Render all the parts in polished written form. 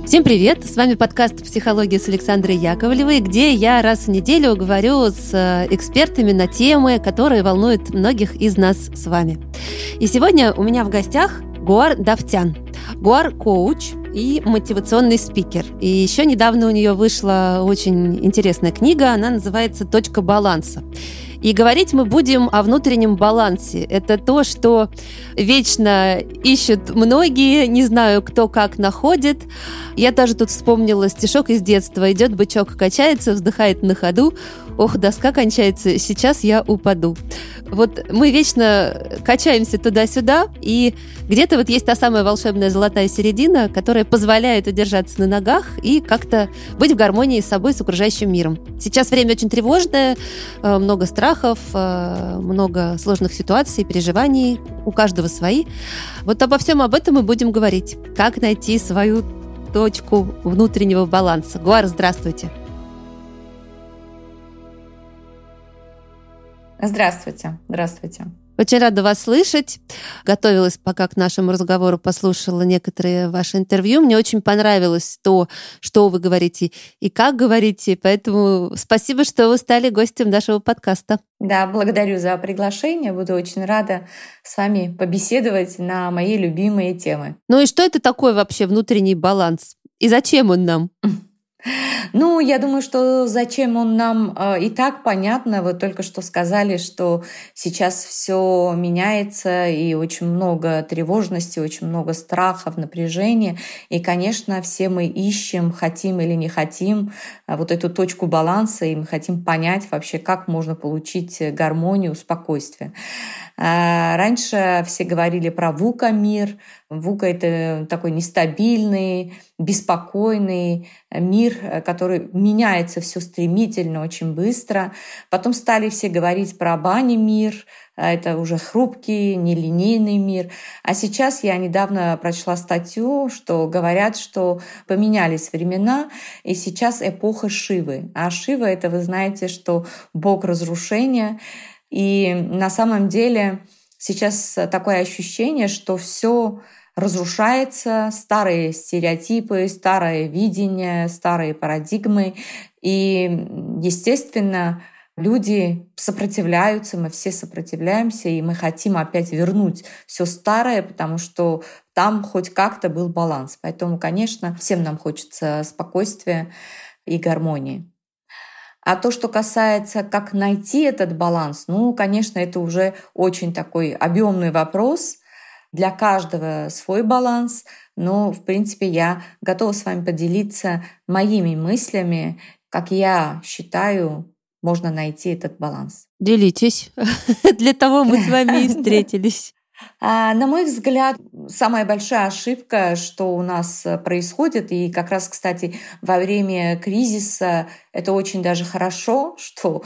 Всем привет! С вами подкаст «Психология» с Александрой Яковлевой, где я раз в неделю говорю с экспертами на темы, которые волнуют многих из нас с вами. И сегодня у меня в гостях Гуар Давтян. Гуар – коуч и мотивационный спикер. И еще недавно у нее вышла очень интересная книга, она называется «Точка баланса». И говорить мы будем о внутреннем балансе. Это то, что вечно ищут многие, не знаю, кто как находит. Я даже тут вспомнила стишок из детства. Идет бычок, качается, вздыхает на ходу. Ох, доска кончается, сейчас я упаду. Вот мы вечно качаемся туда-сюда, и где-то вот есть та самая волшебная золотая середина, которая позволяет удержаться на ногах и как-то быть в гармонии с собой, с окружающим миром. Сейчас время очень тревожное, много страхов, много сложных ситуаций, переживаний, у каждого свои. Вот обо всем об этом мы будем говорить. Как найти свою точку внутреннего баланса. Гуар, здравствуйте. Здравствуйте. Очень рада вас слышать. Готовилась пока к нашему разговору, послушала некоторые ваши интервью. Мне очень понравилось то, что вы говорите и как говорите. Поэтому спасибо, что вы стали гостем нашего подкаста. Да, благодарю за приглашение. Буду очень рада с вами побеседовать на мои любимые темы. Ну и что это такое вообще внутренний баланс? И зачем он нам? Ну, я думаю, что зачем он нам и так понятно. Вы только что сказали, что сейчас все меняется, и очень много тревожности, очень много страхов, напряжения. И, конечно, все мы ищем, хотим или не хотим, вот эту точку баланса, и мы хотим понять вообще, как можно получить гармонию, спокойствие. Раньше все говорили про VUCA-мир. VUCA — это такой нестабильный, беспокойный мир, который меняется все стремительно, очень быстро. Потом стали все говорить про Бани-мир. Это уже хрупкий, нелинейный мир. А сейчас я недавно прочла статью, что говорят, что поменялись времена, и сейчас эпоха Шивы. А Шива — это, вы знаете, что бог разрушения. И на самом деле сейчас такое ощущение, что все разрушается, старые стереотипы, старое видение, старые парадигмы. И, естественно, люди сопротивляются, мы все сопротивляемся, и мы хотим опять вернуть все старое, потому что там хоть как-то был баланс. Поэтому, конечно, всем нам хочется спокойствия и гармонии. А то, что касается, как найти этот баланс, ну, конечно, это уже очень такой объемный вопрос. Для каждого свой баланс, но, в принципе, я готова с вами поделиться моими мыслями, как я считаю, можно найти этот баланс. Делитесь. Для того мы с вами и встретились. На мой взгляд, самая большая ошибка, что у нас происходит, и как раз, кстати, во время кризиса это очень даже хорошо, что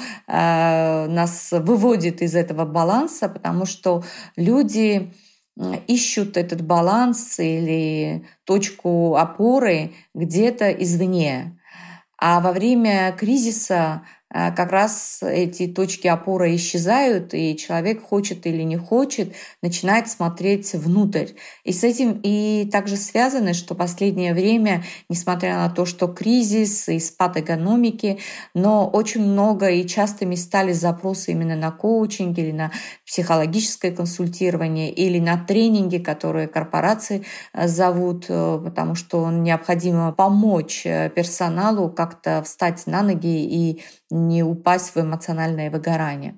нас выводит из этого баланса, потому что люди ищут этот баланс или точку опоры где-то извне. А во время кризиса как раз эти точки опоры исчезают, и человек, хочет или не хочет, начинает смотреть внутрь. И с этим и также связано, что последнее время, несмотря на то, что кризис и спад экономики, но очень много и частыми стали запросы именно на коучинг или на психологическое консультирование или на тренинги, которые корпорации зовут, потому что необходимо помочь персоналу как-то встать на ноги и не упасть в эмоциональное выгорание.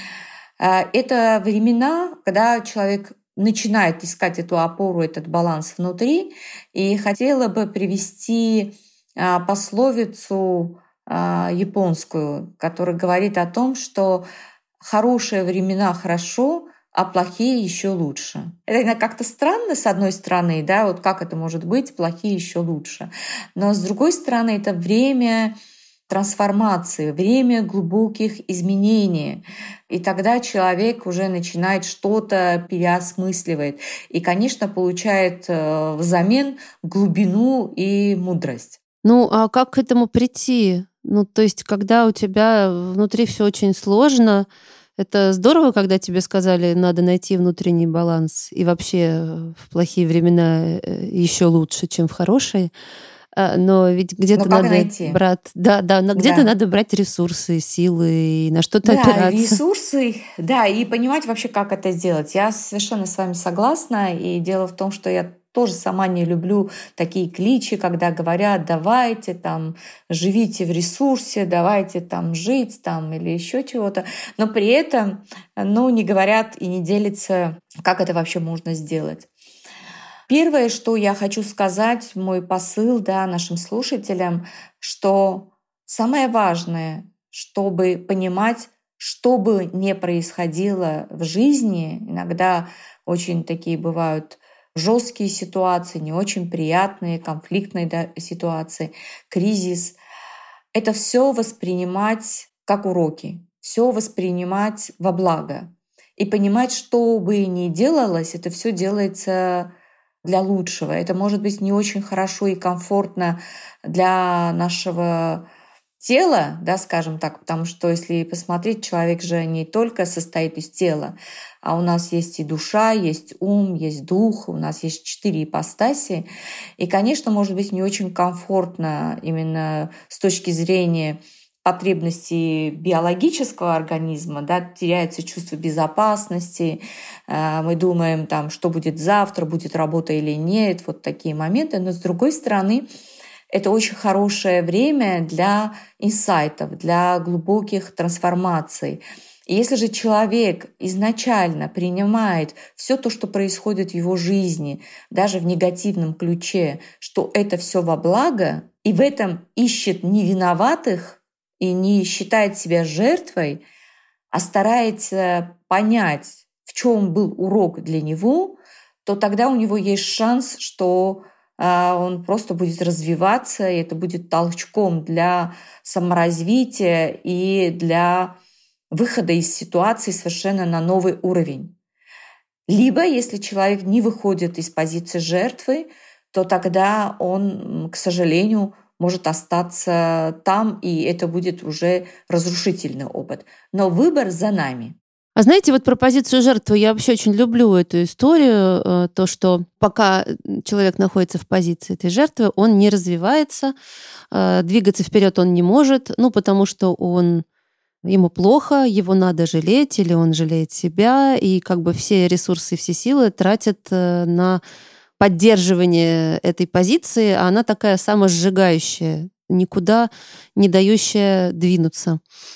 Это времена, когда человек начинает искать эту опору, этот баланс внутри. И хотела бы привести пословицу японскую, которая говорит о том, что хорошие времена хорошо, а плохие еще лучше. Это как-то странно, с одной стороны, да, вот как это может быть, плохие еще лучше. Но с другой стороны, это время трансформации, время глубоких изменений. И тогда человек уже начинает что-то переосмысливать. И, конечно, получает взамен глубину и мудрость. Ну, а как к этому прийти? Ну, то есть, когда у тебя внутри все очень сложно, это здорово, когда тебе сказали, надо найти внутренний баланс, и вообще в плохие времена еще лучше, чем в хорошие. Но ведь Но где-то как надо найти? брать, да, но где-то Да. надо брать ресурсы, силы и на что-то Да, опираться. ресурсы, да, и понимать вообще, как это сделать. Я совершенно с вами согласна. И дело в том, что я тоже сама не люблю такие кличи, когда говорят, давайте там живите в ресурсе, давайте там жить там или еще чего-то. Но при этом, ну, не говорят и не делятся, как это вообще можно сделать. Первое, что я хочу сказать, мой посыл, да, нашим слушателям, что самое важное, чтобы понимать, что бы ни происходило в жизни, иногда очень такие бывают жесткие ситуации, не очень приятные, конфликтные, да, ситуации, кризис, это все воспринимать как уроки, все воспринимать во благо и понимать, что бы ни делалось, это все делается для лучшего. Это может быть не очень хорошо и комфортно для нашего тела, да, скажем так, потому что если посмотреть, человек же не только состоит из тела, а у нас есть и душа, есть ум, есть дух, у нас есть 4 ипостаси. И, конечно, может быть не очень комфортно именно с точки зрения потребностей биологического организма, да, теряется чувство безопасности, мы думаем, там, что будет завтра, будет работа или нет, вот такие моменты. Но с другой стороны, это очень хорошее время для инсайтов, для глубоких трансформаций. И если же человек изначально принимает все то, что происходит в его жизни, даже в негативном ключе, что это все во благо, и в этом ищет не виноватых и не считает себя жертвой, а старается понять, в чем был урок для него, то тогда у него есть шанс, что он просто будет развиваться, и это будет толчком для саморазвития и для выхода из ситуации совершенно на новый уровень. Либо, если человек не выходит из позиции жертвы, то тогда он, к сожалению, может остаться там, и это будет уже разрушительный опыт. Но выбор за нами. А знаете, вот про позицию жертвы я вообще очень люблю эту историю, то, что пока человек находится в позиции этой жертвы, он не развивается, двигаться вперед он не может, ну, потому что ему плохо, его надо жалеть, или он жалеет себя, и как бы все ресурсы, все силы тратят на поддерживание этой позиции, а она такая самосжигающая, никуда не дающая двинуться.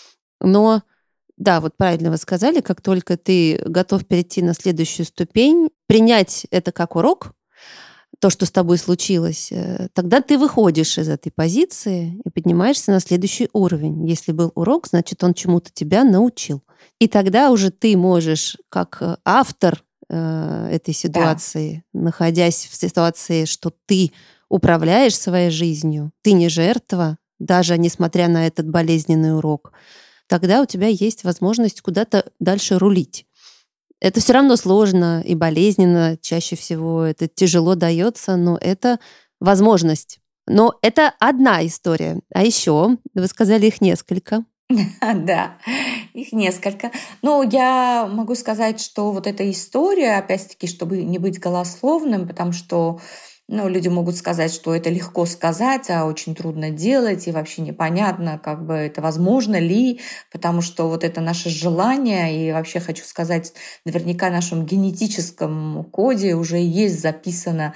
Но да, вот правильно вы сказали, как только ты готов перейти на следующую ступень, принять это как урок, то, что с тобой случилось, тогда ты выходишь из этой позиции и поднимаешься на следующий уровень. Если был урок, значит, он чему-то тебя научил. И тогда уже ты можешь, как автор этой Да, ситуации, находясь в ситуации, что ты управляешь своей жизнью, ты не жертва, даже несмотря на этот болезненный урок, тогда у тебя есть возможность куда-то дальше рулить. Это все равно сложно и болезненно, чаще всего это тяжело дается, но это возможность. Но это одна история. А еще, вы сказали, их несколько. да, их несколько. Но я могу сказать, что вот эта история, опять-таки, чтобы не быть голословным, потому что люди могут сказать, что это легко сказать, а очень трудно делать, и вообще непонятно, как бы это возможно ли, потому что вот это наше желание, и вообще хочу сказать, наверняка в нашем генетическом коде уже есть записано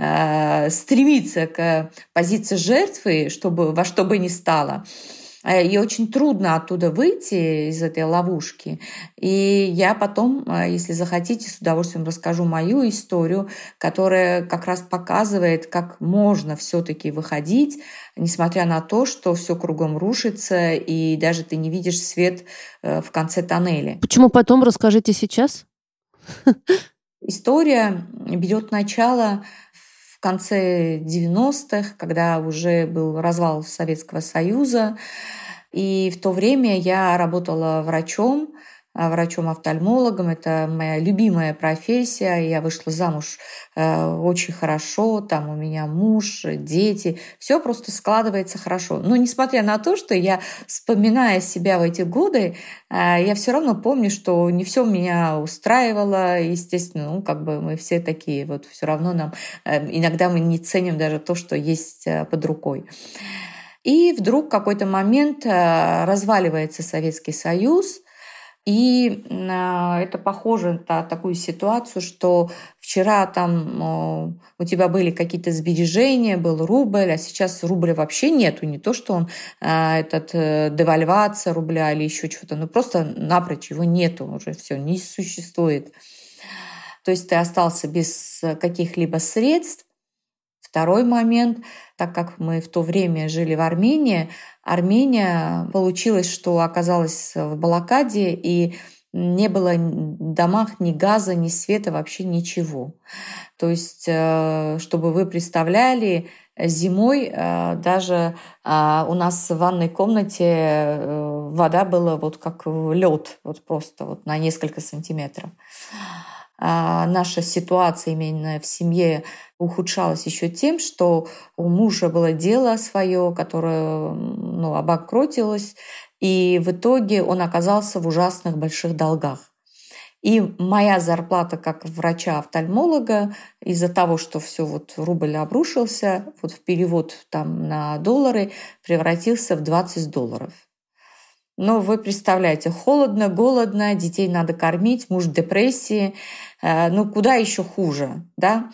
стремиться к позиции жертвы, чтобы во что бы ни стало. И очень трудно оттуда выйти из этой ловушки. И я потом, если захотите, с удовольствием расскажу мою историю, которая как раз показывает, как можно все-таки выходить, несмотря на то, что все кругом рушится, и даже ты не видишь свет в конце тоннеля. Почему потом? Расскажите сейчас. История берет начало в конце 90-х, когда уже был развал Советского Союза. И в то время я работала врачом врачом-офтальмологом. Это моя любимая профессия. Я вышла замуж очень хорошо. Там у меня муж, дети. Все просто складывается хорошо. Но несмотря на то, что я, вспоминая себя в эти годы, я все равно помню, что не все меня устраивало. Естественно, мы все такие. Вот все равно нам иногда мы не ценим даже то, что есть под рукой. И вдруг в какой-то момент разваливается Советский Союз, и это похоже на такую ситуацию, что вчера там у тебя были какие-то сбережения, был рубль, а сейчас рубля вообще нету. Не то, что он девальвация рубля или еще чего-то, просто напрочь его нету уже, все не существует. То есть ты остался без каких-либо средств. Второй момент, так как мы в то время жили в Армении, Армения получилось, что оказалась в блокаде, и не было в домах ни газа, ни света, вообще ничего. То есть, чтобы вы представляли, зимой даже у нас в ванной комнате вода была вот как лед, вот просто вот на несколько сантиметров. Наша ситуация именно в семье ухудшалась еще тем, что у мужа было дело свое, которое обанкротилось, и в итоге он оказался в ужасных больших долгах. И моя зарплата как врача-офтальмолога из-за того, что все рубль обрушился, в перевод там на доллары превратился в $20. Но вы представляете, холодно, голодно, детей надо кормить, муж в депрессии. Куда еще хуже, да?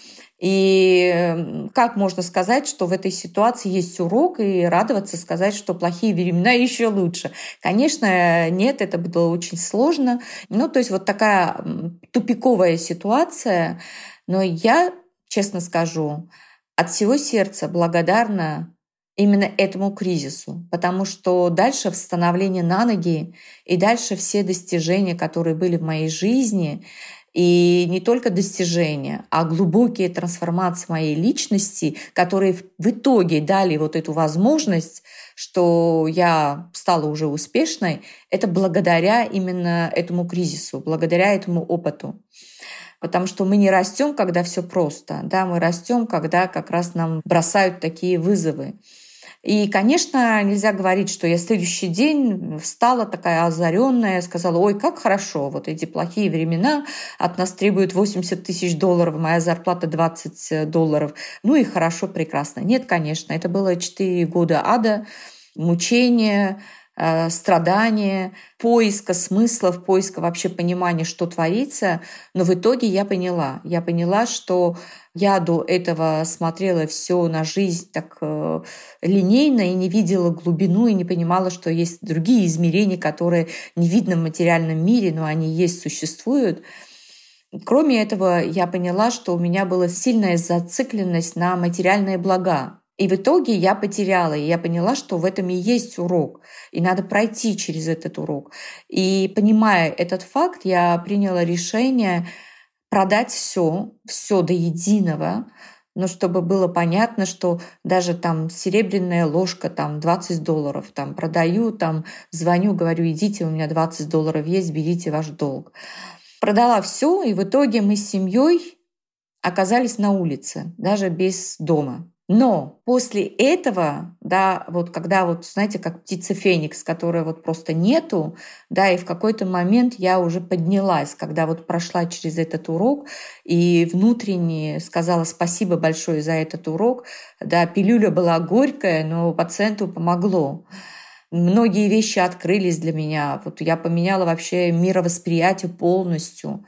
И как можно сказать, что в этой ситуации есть урок, и радоваться, сказать, что плохие времена еще лучше? Конечно, нет, это было очень сложно. То есть такая тупиковая ситуация. Но я, честно скажу, от всего сердца благодарна именно этому кризису, потому что дальше становление на ноги и дальше все достижения, которые были в моей жизни, и не только достижения, а глубокие трансформации моей личности, которые в итоге дали эту возможность, что я стала уже успешной, это благодаря именно этому кризису, благодаря этому опыту. Потому что мы не растем, когда все просто, да, мы растем, когда как раз нам бросают такие вызовы. И, конечно, нельзя говорить, что я следующий день встала такая озаренная, сказала: ой, как хорошо, эти плохие времена, от нас требуют $80 тысяч, моя зарплата $20. И хорошо, прекрасно. Нет, конечно, это было 4 года ада, мучения, страдания, поиска смыслов, поиска вообще понимания, что творится. Но в итоге я поняла, что я до этого смотрела все на жизнь так линейно и не видела глубину, и не понимала, что есть другие измерения, которые не видно в материальном мире, но они есть, существуют. Кроме этого, я поняла, что у меня была сильная зацикленность на материальные блага. И в итоге я потеряла, и я поняла, что в этом и есть урок, и надо пройти через этот урок. И понимая этот факт, я приняла решение продать все до единого, но чтобы было понятно, что даже там серебряная ложка, там $20, там продаю, там звоню, говорю: идите, у меня $20 есть, берите ваш долг. Продала все, и в итоге мы с семьей оказались на улице, даже без дома. Но после этого, да, когда знаете, как птица Феникс, которой просто нету, да, и в какой-то момент я уже поднялась, когда прошла через этот урок и внутренне сказала спасибо большое за этот урок. Да, пилюля была горькая, но пациенту помогло. Многие вещи открылись для меня. Я поменяла вообще мировосприятие полностью.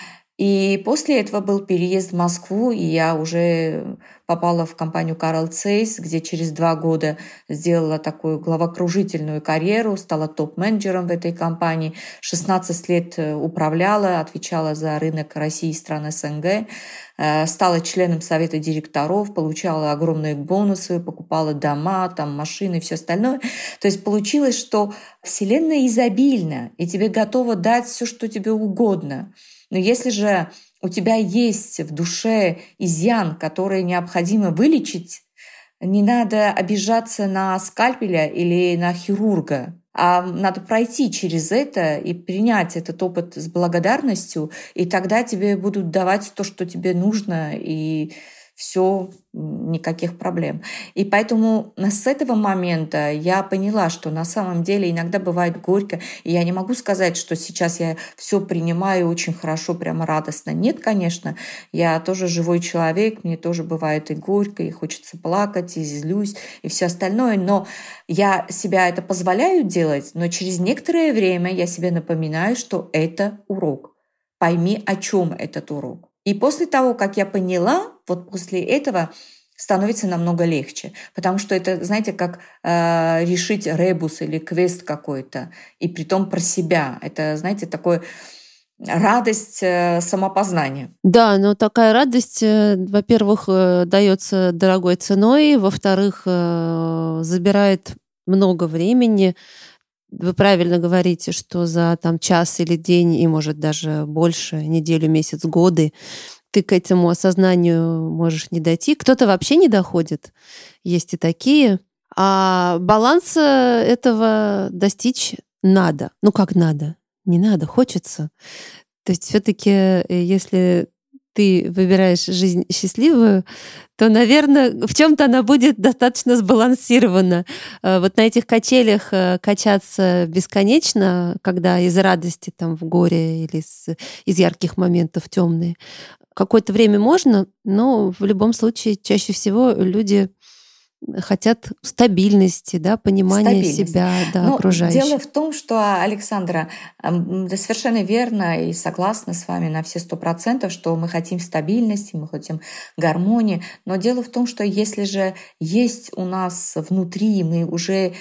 И после этого был переезд в Москву, и я уже попала в компанию Carl Zeiss, где через 2 года сделала такую головокружительную карьеру, стала топ-менеджером в этой компании, 16 лет управляла, отвечала за рынок России и стран СНГ, стала членом совета директоров, получала огромные бонусы, покупала дома, машины и все остальное. То есть получилось, что Вселенная изобильна, и тебе готова дать все, что тебе угодно. Но если же у тебя есть в душе изъян, который необходимо вылечить, не надо обижаться на скальпеля или на хирурга. А надо пройти через это и принять этот опыт с благодарностью, и тогда тебе будут давать то, что тебе нужно, и все, никаких проблем. И поэтому с этого момента я поняла, что на самом деле иногда бывает горько, и я не могу сказать, что сейчас я все принимаю очень хорошо, прямо радостно. Нет, конечно, я тоже живой человек, мне тоже бывает и горько, и хочется плакать, и злюсь, и все остальное, но я себя это позволяю делать, но через некоторое время я себе напоминаю, что это урок. Пойми, о чем этот урок. И после того, как я поняла, вот после этого становится намного легче. Потому что это, знаете, как решить ребус или квест какой-то, и притом про себя. Это, знаете, такое радость самопознания. Да, но такая радость, во-первых, дается дорогой ценой, во-вторых, забирает много времени. Вы правильно говорите, что за час или день, и, может, даже больше, неделю, месяц, годы ты к этому осознанию можешь не дойти. Кто-то вообще не доходит. Есть и такие. А баланса этого достичь надо. Ну, как надо? Не надо, хочется. То есть все-таки, если ты выбираешь жизнь счастливую, то, наверное, в чем-то она будет достаточно сбалансирована. Вот на этих качелях качаться бесконечно, когда из радости в горе или из ярких моментов темные, какое-то время можно, но в любом случае чаще всего люди хотят стабильности, понимания себя, окружающих. Дело в том, что, Александра, совершенно верно и согласна с вами на все 100%, что мы хотим стабильности, мы хотим гармонии. Но дело в том, что если же есть у нас внутри, мы уже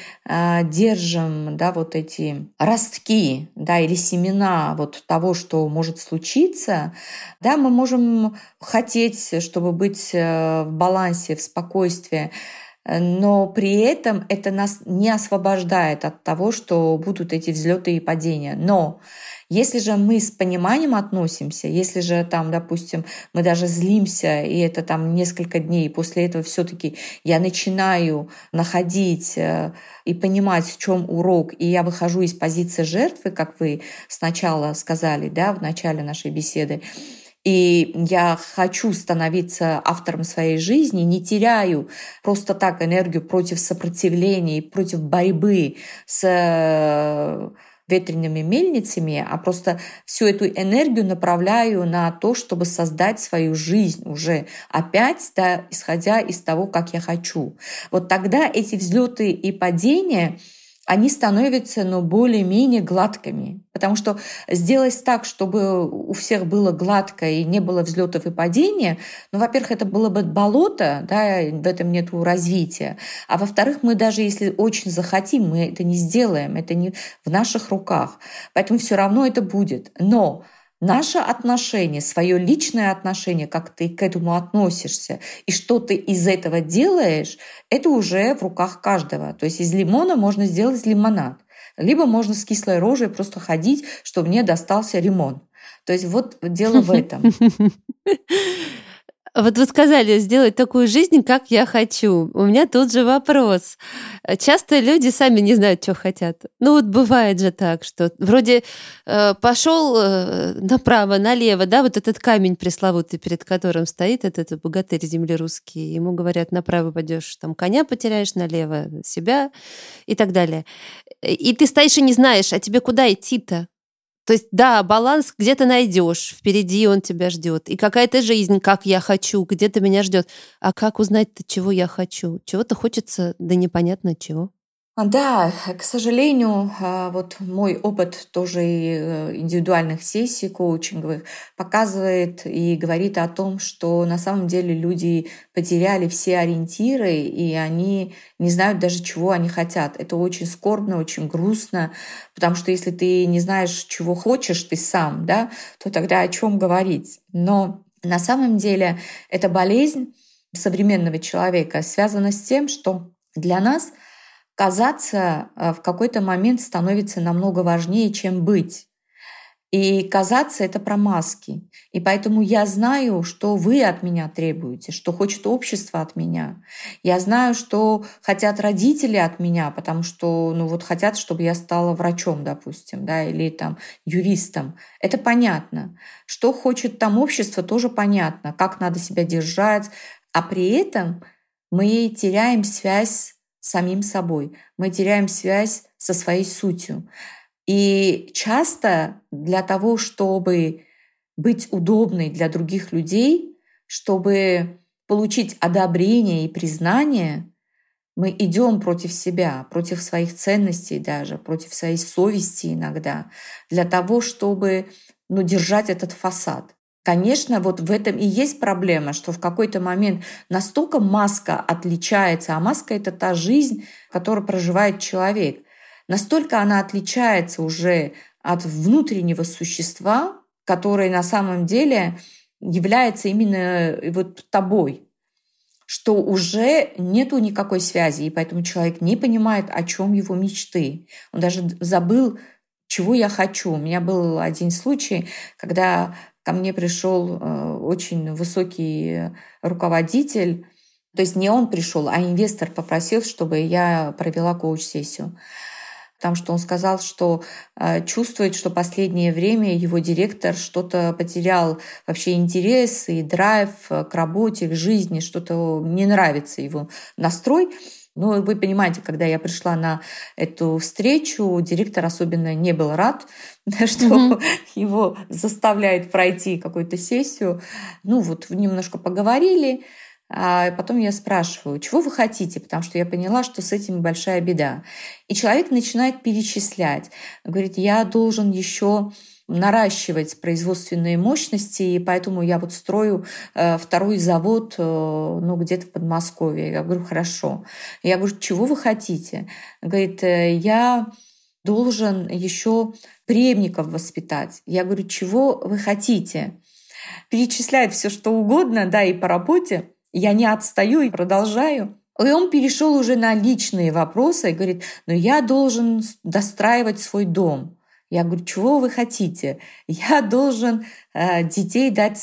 держим вот эти ростки или семена того, что может случиться, мы можем хотеть, чтобы быть в балансе, в спокойствии, но при этом это нас не освобождает от того, что будут эти взлеты и падения. Но если же мы с пониманием относимся, если же допустим, мы даже злимся, и это несколько дней, и после этого все-таки я начинаю находить и понимать, в чем урок, и я выхожу из позиции жертвы, как вы сначала сказали, в начале нашей беседы, и я хочу становиться автором своей жизни, не теряю просто так энергию против сопротивления и против борьбы с ветреными мельницами, а просто всю эту энергию направляю на то, чтобы создать свою жизнь уже опять, исходя из того, как я хочу. Вот тогда эти взлеты и падения, они становятся более-менее гладкими. Потому что сделать так, чтобы у всех было гладко и не было взлетов и падений, во-первых, это было бы болото, в этом нет развития. А во-вторых, мы даже если очень захотим, мы это не сделаем, это не в наших руках. Поэтому все равно это будет. Но наше отношение, свое личное отношение, как ты к этому относишься и что ты из этого делаешь, это уже в руках каждого. То есть из лимона можно сделать лимонад. Либо можно с кислой рожей просто ходить, чтобы мне достался лимон. То есть вот дело в этом. Вот вы сказали, сделать такую жизнь, как я хочу. У меня тут же вопрос. Часто люди сами не знают, что хотят. Бывает же так, что вроде пошел направо, налево, вот этот камень пресловутый, перед которым стоит этот богатырь земли русский. Ему говорят, направо пойдешь, коня потеряешь, налево себя и так далее. И ты стоишь и не знаешь, а тебе куда идти-то? То есть, баланс где-то найдешь, впереди он тебя ждет. И какая-то жизнь, как я хочу, где-то меня ждет. А как узнать-то, чего я хочу? Чего-то хочется, да непонятно чего. Да, к сожалению, вот мой опыт тоже и индивидуальных сессий коучинговых показывает и говорит о том, что на самом деле люди потеряли все ориентиры, и они не знают даже, чего они хотят. Это очень скорбно, очень грустно, потому что если ты не знаешь, чего хочешь ты сам, то тогда о чем говорить? Но на самом деле эта болезнь современного человека связана с тем, что для нас казаться в какой-то момент становится намного важнее, чем быть. И казаться — это про маски. И поэтому я знаю, что вы от меня требуете, что хочет общество от меня. Я знаю, что хотят родители от меня, потому что, хотят, чтобы я стала врачом, допустим, да, или там юристом. Это понятно. Что хочет там общество, тоже понятно. Как надо себя держать. А при этом мы теряем связь с самим собой. Мы теряем связь со своей сутью. И часто для того, чтобы быть удобной для других людей, чтобы получить одобрение и признание, мы идем против себя, против своих ценностей даже, против своей совести иногда, для того, чтобы держать этот фасад. Конечно, вот в этом и есть проблема, что в какой-то момент настолько маска отличается, а маска — это та жизнь, которую проживает человек. Настолько она отличается уже от внутреннего существа, которое на самом деле является именно вот тобой, что уже нету никакой связи, и поэтому человек не понимает, о чем его мечты. Он даже забыл, чего я хочу. У меня был один случай, когда ко мне пришел очень высокий руководитель. То есть не он пришел, а инвестор попросил, чтобы я провела коуч-сессию. Потому что он сказал, что чувствует, что последнее время его директор что-то потерял вообще интерес и драйв к работе, к жизни, что-то не нравится его настрой. Но вы понимаете, когда я пришла на эту встречу, директор особенно не был рад, что его заставляют пройти какую-то сессию. Немножко поговорили. А потом я спрашиваю, чего вы хотите, потому что я поняла, что с этим большая беда. И человек начинает перечислять. Говорит, я должен еще наращивать производственные мощности, и поэтому я строю второй завод где-то в Подмосковье. Я говорю, хорошо. Я говорю, чего вы хотите? Говорит, я должен еще преемников воспитать. Я говорю, чего вы хотите? Перечисляет все, что угодно, да, и по работе. Я не отстаю и продолжаю. И он перешел уже на личные вопросы и говорит, я должен достраивать свой дом. Я говорю, чего вы хотите? Я должен детей дать,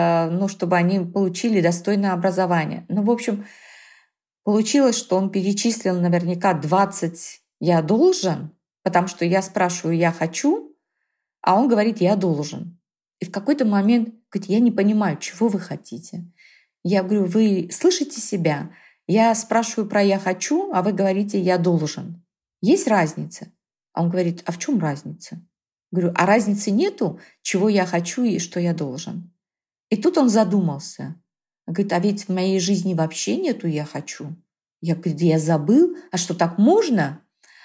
чтобы они получили достойное образование. В общем, получилось, что он перечислил наверняка 20 «я должен», потому что я спрашиваю «я хочу», а он говорит «я должен». И в какой-то момент говорит, я не понимаю, чего вы хотите. Я говорю, вы слышите себя? Я спрашиваю про «я хочу», а вы говорите «я должен». Есть разница? А он говорит, а в чем разница? Говорю, а разницы нету, чего я хочу и что я должен. И тут он задумался. Говорит, а ведь в моей жизни вообще нету «я хочу». Я говорю, я забыл, а что, так можно?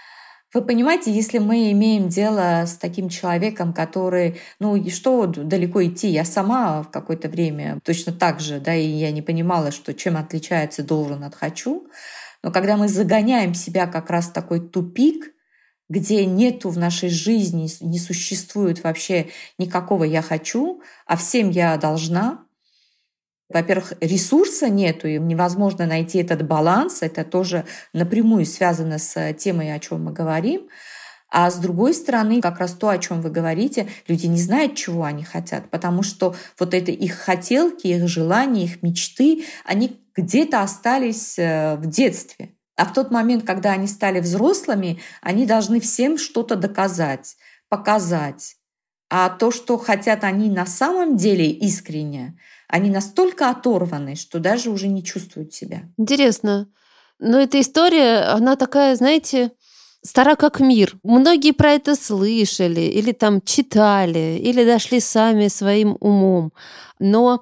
Вы понимаете, если мы имеем дело с таким человеком, который, и что далеко идти, я сама в какое-то время точно так же, да, и я не понимала, что чем отличается должен от хочу. Но когда мы загоняем себя как раз в такой тупик, где нету в нашей жизни, не существует вообще никакого «я хочу», а всем я должна. Во-первых, ресурса нету, и невозможно найти этот баланс. Это тоже напрямую связано с темой, о чем мы говорим. А с другой стороны, как раз то, о чем вы говорите, люди не знают, чего они хотят, потому что вот это их хотелки, их желания, их мечты, они где-то остались в детстве. А в тот момент, когда они стали взрослыми, они должны всем что-то доказать, показать. А то, что хотят они на самом деле искренне, они настолько оторваны, что даже уже не чувствуют себя. Интересно. Но эта история, она такая, знаете, стара как мир. Многие про это слышали, или там читали, или дошли сами своим умом. Но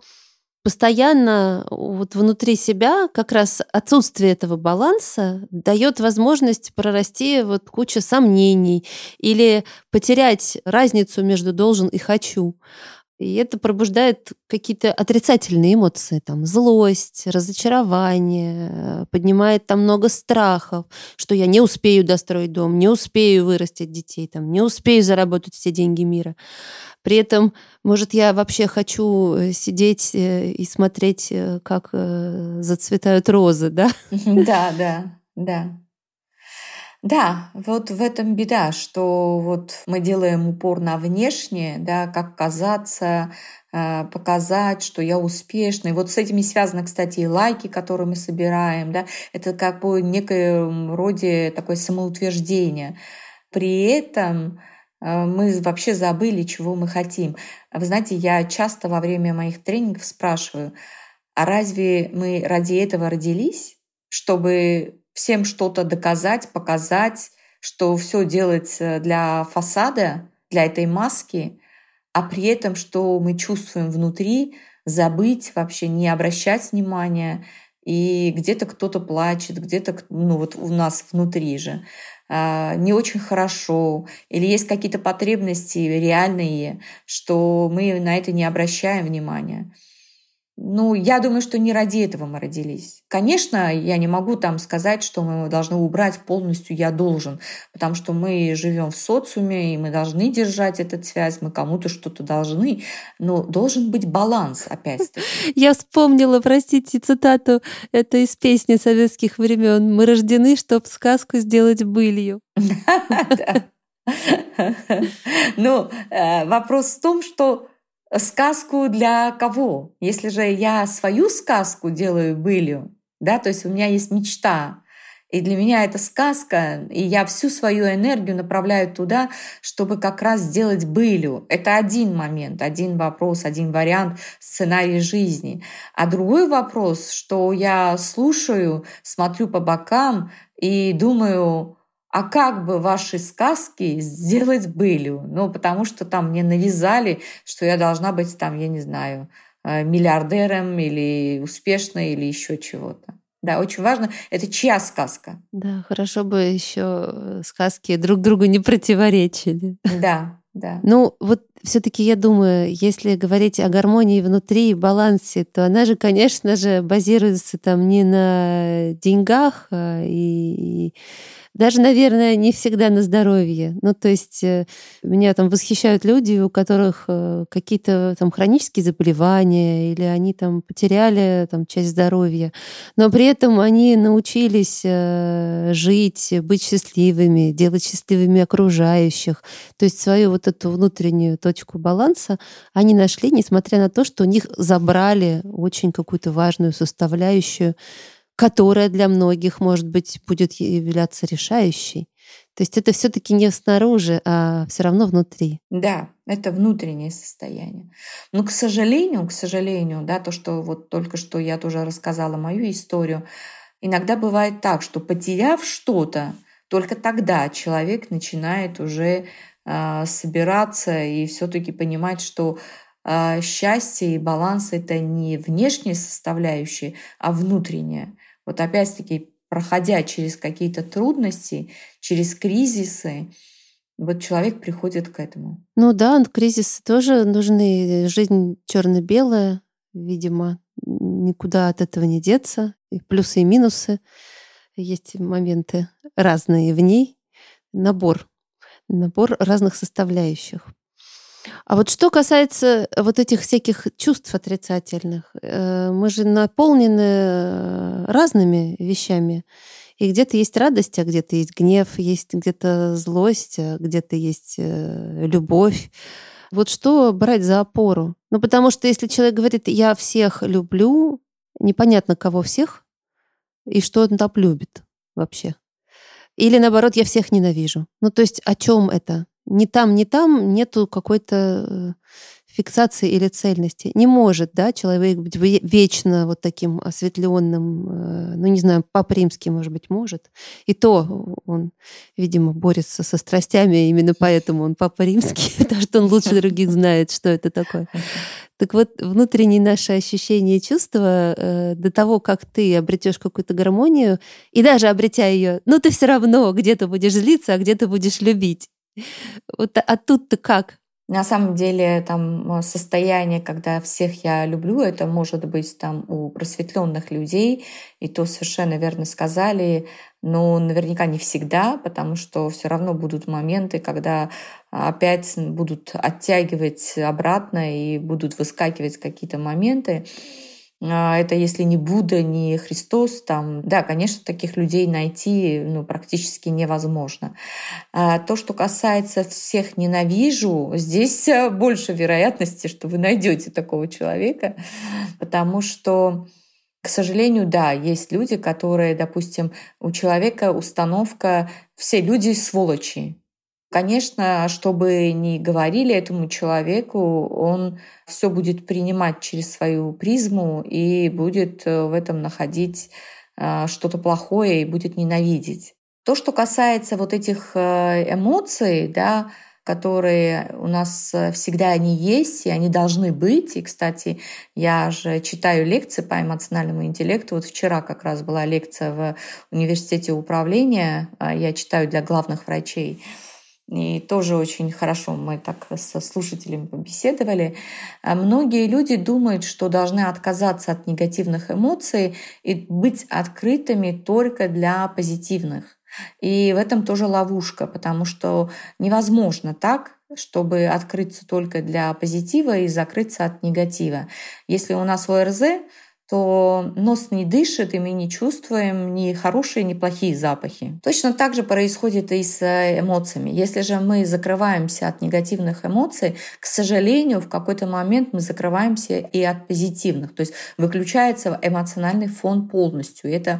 постоянно внутри себя как раз отсутствие этого баланса дает возможность прорасти кучу сомнений или потерять разницу между должен и хочу. И это пробуждает какие-то отрицательные эмоции, там, злость, разочарование, поднимает там много страхов, что я не успею достроить дом, не успею вырастить детей, там, не успею заработать все деньги мира. При этом, может, я вообще хочу сидеть и смотреть, как зацветают розы, да? Да. Да, вот в этом беда, что вот мы делаем упор на внешнее, да, как казаться, показать, что я успешный. Вот с этими связаны, кстати, и лайки, которые мы собираем, да, это как бы некое роде такое самоутверждение. При этом мы вообще забыли, чего мы хотим. Вы знаете, я часто во время моих тренингов спрашиваю, а разве мы ради этого родились, чтобы всем что-то доказать, показать, что все делать для фасада, для этой маски, а при этом, что мы чувствуем внутри, забыть вообще, не обращать внимания, и где-то кто-то плачет, где-то, ну вот у нас внутри же, не очень хорошо, или есть какие-то потребности реальные, что мы на это не обращаем внимания. Ну, я думаю, что не ради этого мы родились. Конечно, я не могу там сказать, что мы должны убрать полностью «я должен», потому что мы живем в социуме, и мы должны держать эту связь, мы кому-то что-то должны, но должен быть баланс, опять-таки. Я вспомнила, простите, цитату, это из песни советских времен. «Мы рождены, чтоб сказку сделать былью». Ну, вопрос в том, что сказку для кого? Если же я свою сказку делаю былью, да, то есть у меня есть мечта, и для меня это сказка, и я всю свою энергию направляю туда, чтобы как раз сделать былью. Это один момент, один вопрос, один вариант сценария жизни. А другой вопрос, что я слушаю, смотрю по бокам и думаю, а как бы ваши сказки сделать былью? Ну, потому что там мне навязали, что я должна быть там, я не знаю, миллиардером или успешной, или еще чего-то. Да, очень важно, это чья сказка. Да, хорошо бы еще сказки друг другу не противоречили. Да, да. Ну, вот все-таки я думаю, если говорить о гармонии внутри и балансе, то она же, конечно же, базируется там не на деньгах и даже, наверное, не всегда на здоровье. Ну, то есть меня там восхищают люди, у которых какие-то там хронические заболевания, или они там потеряли там часть здоровья, но при этом они научились жить, быть счастливыми, делать счастливыми окружающих. То есть свою вот эту внутреннюю точку баланса они нашли, несмотря на то, что у них забрали очень какую-то важную составляющую, которая для многих, может быть, будет являться решающей. То есть это все-таки не снаружи, а все равно внутри. Да, это внутреннее состояние. Но, к сожалению, да, то, что вот только что я тоже рассказала мою историю, иногда бывает так, что потеряв что-то, только тогда человек начинает уже собираться и все-таки понимать, что счастье и баланс — это не внешняя составляющая, а внутренняя. Вот опять-таки, проходя через какие-то трудности, через кризисы, вот человек приходит к этому. Ну да, кризисы тоже нужны. Жизнь черно-белая, видимо, никуда от этого не деться. И плюсы, и минусы. Есть моменты разные в ней. Набор разных составляющих. А вот что касается вот этих всяких чувств отрицательных, мы же наполнены разными вещами. И где-то есть радость, а где-то есть гнев, есть где-то злость, а где-то есть любовь. Вот что брать за опору? Ну, потому что если человек говорит, я всех люблю, непонятно, кого всех и что он там любит вообще. Или наоборот, я всех ненавижу. Ну, то есть о чем это? Ни там нету какой-то фиксации или цельности. Не может, да, человек быть вечно вот таким осветленным, ну, не знаю, Папа Римский, может быть, может. И то он, видимо, борется со страстями, именно поэтому он Папа Римский, потому что он лучше других знает, что это такое. Так вот, внутренние наши ощущения и чувства до того, как ты обретешь какую-то гармонию, и даже обретя ее, ну, ты все равно где-то будешь злиться, а где-то будешь любить. Вот, а тут-то как? На самом деле, там состояние, когда всех я люблю, это может быть там у просветленных людей, и то совершенно верно сказали, но наверняка не всегда, потому что все равно будут моменты, когда опять будут оттягивать обратно и будут выскакивать какие-то моменты. Это если не Будда, не Христос, да, конечно, таких людей найти практически невозможно. То, что касается всех ненавижу, здесь больше вероятности, что вы найдете такого человека, потому что, к сожалению, да, есть люди, которые, допустим, у человека установка «все люди сволочи». Конечно, что бы ни говорили этому человеку, он все будет принимать через свою призму и будет в этом находить что-то плохое и будет ненавидеть. То, что касается вот этих эмоций, да, которые у нас всегда они есть, и они должны быть. И, кстати, я же читаю лекции по эмоциональному интеллекту. Вот вчера как раз была лекция в университете управления. Я читаю для главных врачей. И тоже очень хорошо мы так со слушателями побеседовали. Многие люди думают, что должны отказаться от негативных эмоций и быть открытыми только для позитивных. И в этом тоже ловушка, потому что невозможно так, чтобы открыться только для позитива и закрыться от негатива. Если у нас ОРЗ, то нос не дышит, и мы не чувствуем ни хорошие, ни плохие запахи. Точно так же происходит и с эмоциями. Если же мы закрываемся от негативных эмоций, к сожалению, в какой-то момент мы закрываемся и от позитивных. То есть выключается эмоциональный фон полностью. Это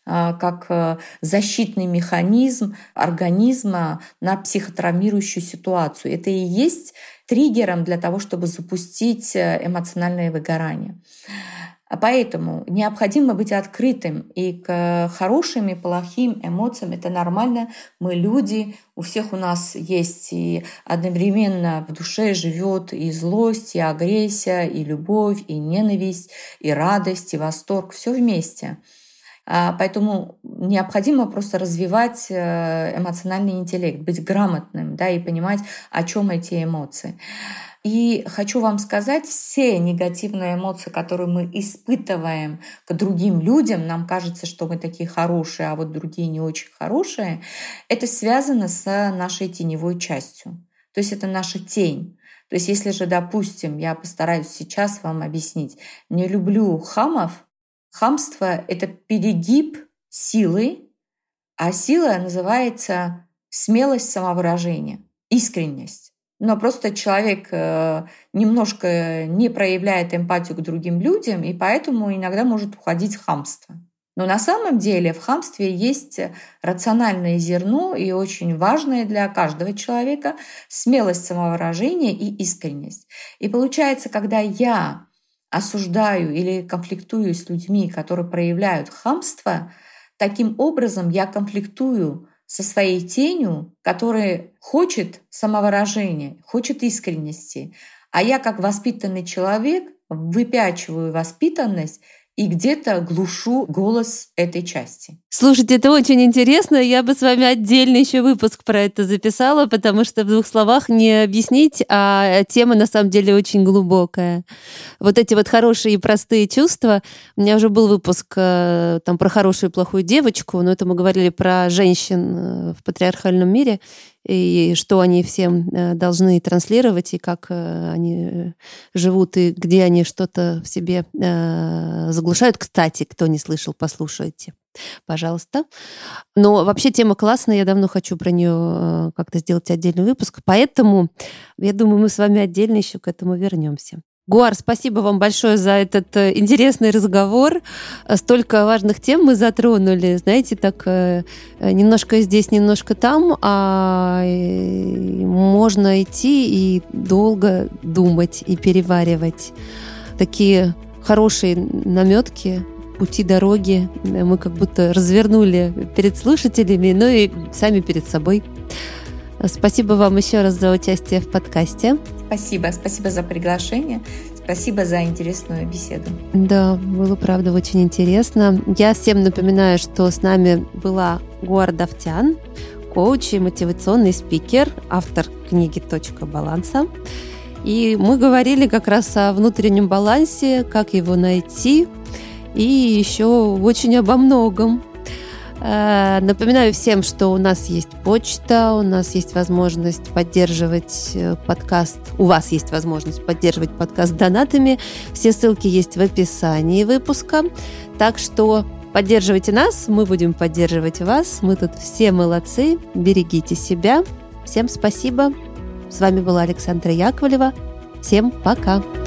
как защитный механизм организма на психотравмирующую ситуацию. Это и есть триггером для того, чтобы запустить эмоциональное выгорание. Поэтому необходимо быть открытым и к хорошим и плохим эмоциям. Это нормально. Мы люди, у всех у нас есть и одновременно в душе живет и злость, и агрессия, и любовь, и ненависть, и радость, и восторг. Все вместе. Поэтому необходимо просто развивать эмоциональный интеллект, быть грамотным, да, и понимать, о чем эти эмоции. И хочу вам сказать, все негативные эмоции, которые мы испытываем к другим людям, нам кажется, что мы такие хорошие, а вот другие не очень хорошие, это связано с нашей теневой частью. То есть это наша тень. То есть если же, допустим, я постараюсь сейчас вам объяснить, не люблю хамов, хамство — это перегиб силы, а сила называется смелость самовыражения, искренность. Но просто человек немножко не проявляет эмпатию к другим людям, и поэтому иногда может уходить в хамство. Но на самом деле в хамстве есть рациональное зерно и очень важное для каждого человека смелость самовыражения и искренность. И получается, когда я осуждаю или конфликтую с людьми, которые проявляют хамство, таким образом я конфликтую со своей тенью, которая хочет самовыражения, хочет искренности. А я, как воспитанный человек, выпячиваю воспитанность и где-то глушу голос этой части. Слушайте, это очень интересно. Я бы с вами отдельно еще выпуск про это записала, потому что в 2 словах не объяснить, а тема на самом деле очень глубокая. Вот эти вот хорошие и простые чувства. У меня уже был выпуск там про хорошую и плохую девочку, но это мы говорили про женщин в патриархальном мире, и что они всем должны транслировать, и как они живут, и где они что-то в себе заглушают. Кстати, кто не слышал, послушайте, пожалуйста. Но вообще тема классная, я давно хочу про нее как-то сделать отдельный выпуск, поэтому я думаю, мы с вами отдельно еще к этому вернемся. Гуар, спасибо вам большое за этот интересный разговор. Столько важных тем мы затронули. Знаете, так немножко здесь, немножко там, а можно идти и долго думать и переваривать. Такие хорошие наметки, пути, дороги мы как будто развернули перед слушателями, ну и сами перед собой. Спасибо вам еще раз за участие в подкасте. Спасибо за приглашение. Спасибо за интересную беседу. Да, было, правда, очень интересно. Я всем напоминаю, что с нами была Гуар Давтян, коуч и мотивационный спикер, автор книги «Точка баланса». И мы говорили как раз о внутреннем балансе, как его найти, и еще очень обо многом. Напоминаю всем, что у нас есть почта, у нас есть возможность поддерживать подкаст, у вас есть возможность поддерживать подкаст донатами. Все ссылки есть в описании выпуска. Так что поддерживайте нас, мы будем поддерживать вас. Мы тут все молодцы. Берегите себя. Всем спасибо. С вами была Александра Яковлева. Всем пока.